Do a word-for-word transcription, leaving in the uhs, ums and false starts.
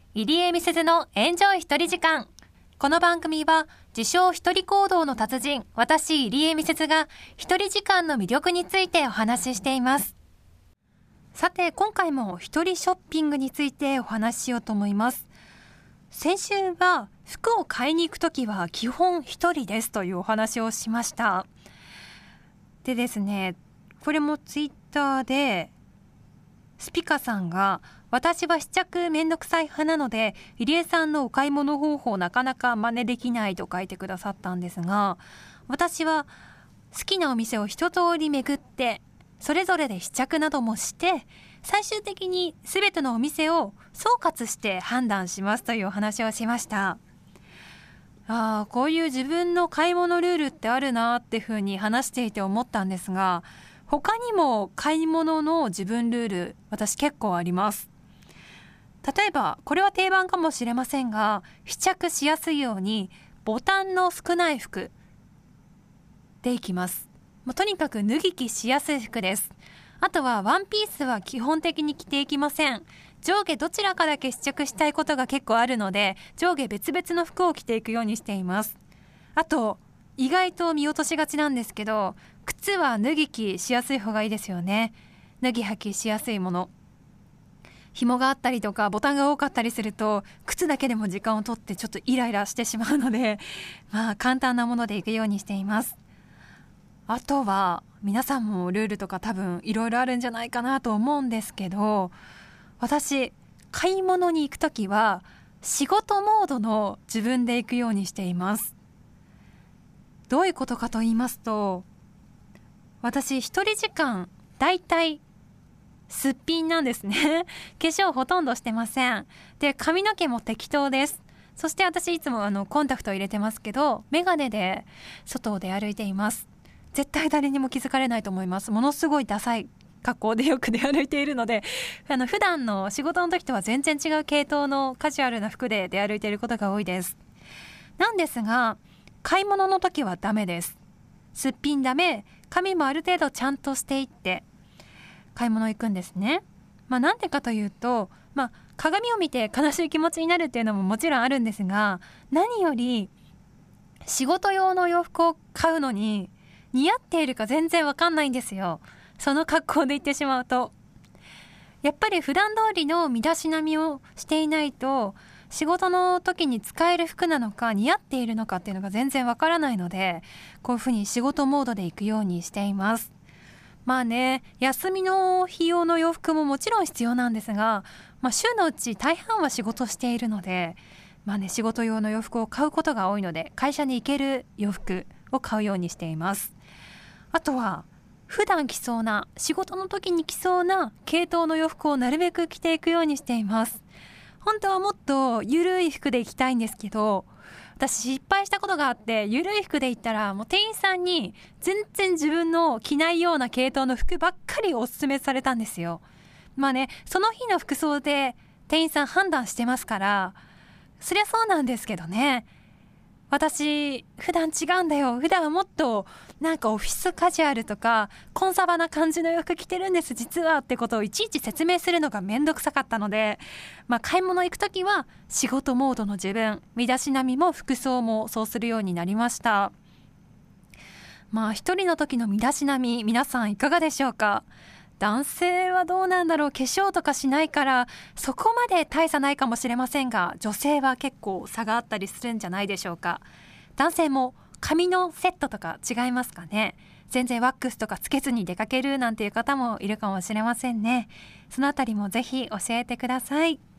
入江美鈴のエンジョイ一人時間。この番組は自称一人行動の達人、私入江美鈴が一人時間の魅力についてお話ししています。さて、今回も一人ショッピングについてお話ししようと思います。先週は服を買いに行くときは基本一人ですというお話をしました。でですね、これもツイッターでスピカさんが、私は試着めんどくさい派なので入江さんのお買い物方法なかなか真似できないと書いてくださったんですが、私は好きなお店を一通り巡ってそれぞれで試着などもして最終的に全てのお店を総括して判断しますというお話をしました。ああ、こういう自分の買い物ルールってあるなっていうふうに話していて思ったんですが、他にも買い物の自分ルール、私結構あります。例えばこれは定番かもしれませんが、試着しやすいようにボタンの少ない服でいきます。もうとにかく脱ぎ着しやすい服です。あとはワンピースは基本的に着ていきません。上下どちらかだけ試着したいことが結構あるので、上下別々の服を着ていくようにしています。あと意外と見落としがちなんですけど、靴は脱ぎ着しやすい方がいいですよね。脱ぎ履きしやすいもの、紐があったりとかボタンが多かったりすると靴だけでも時間を取ってちょっとイライラしてしまうので、まあ簡単なものでいくようにしています。あとは皆さんもルールとか多分いろいろあるんじゃないかなと思うんですけど、私買い物に行くときは仕事モードの自分で行くようにしています。どういうことかと言いますと、私一人時間だいたいすっぴんなんですね。化粧ほとんどしてません。で、髪の毛も適当です。そして私いつもあのコンタクトを入れてますけど、メガネで外で歩いています。絶対誰にも気づかれないと思います。ものすごいダサい格好でよく出歩いているので、あの普段の仕事の時とは全然違う系統のカジュアルな服で出歩いていることが多いです。なんですが、買い物の時はダメです。すっぴんダメ、髪もある程度ちゃんとしていって買い物行くんですね。まあなんでかというと、まあ鏡を見て悲しい気持ちになるっていうのももちろんあるんですが、何より仕事用の洋服を買うのに似合っているか全然わかんないんですよ。その格好で行ってしまうと。やっぱり普段通りの身だしなみをしていないと、仕事の時に使える服なのか似合っているのかっていうのが全然わからないので、こういうふうに仕事モードで行くようにしています。まあね、休みの日用の洋服ももちろん必要なんですが、まあ、週のうち大半は仕事しているので、まあね、仕事用の洋服を買うことが多いので、会社に行ける洋服を買うようにしています。あとは普段着そうな、仕事の時に着そうな系統の洋服をなるべく着ていくようにしています。本当はもっとゆるい服で行きたいんですけど、私失敗したことがあって、ゆるい服で行ったらもう店員さんに全然自分の着ないような系統の服ばっかりおすすめされたんですよ。まあね、その日の服装で店員さん判断してますから、そりゃそうなんですけどね。私普段違うんだよ、普段はもっとなんかオフィスカジュアルとかコンサバな感じの洋服着てるんです実はってことをいちいち説明するのがめんどくさかったので、まあ買い物行くときは仕事モードの自分、身だしなみも服装もそうするようになりました。まあ一人の時の身だしなみ、皆さんいかがでしょうか。男性はどうなんだろう、化粧とかしないからそこまで大差ないかもしれませんが、女性は結構差があったりするんじゃないでしょうか。男性も髪のセットとか違いますかね。全然ワックスとかつけずに出かけるなんていう方もいるかもしれませんね。そのあたりもぜひ教えてください。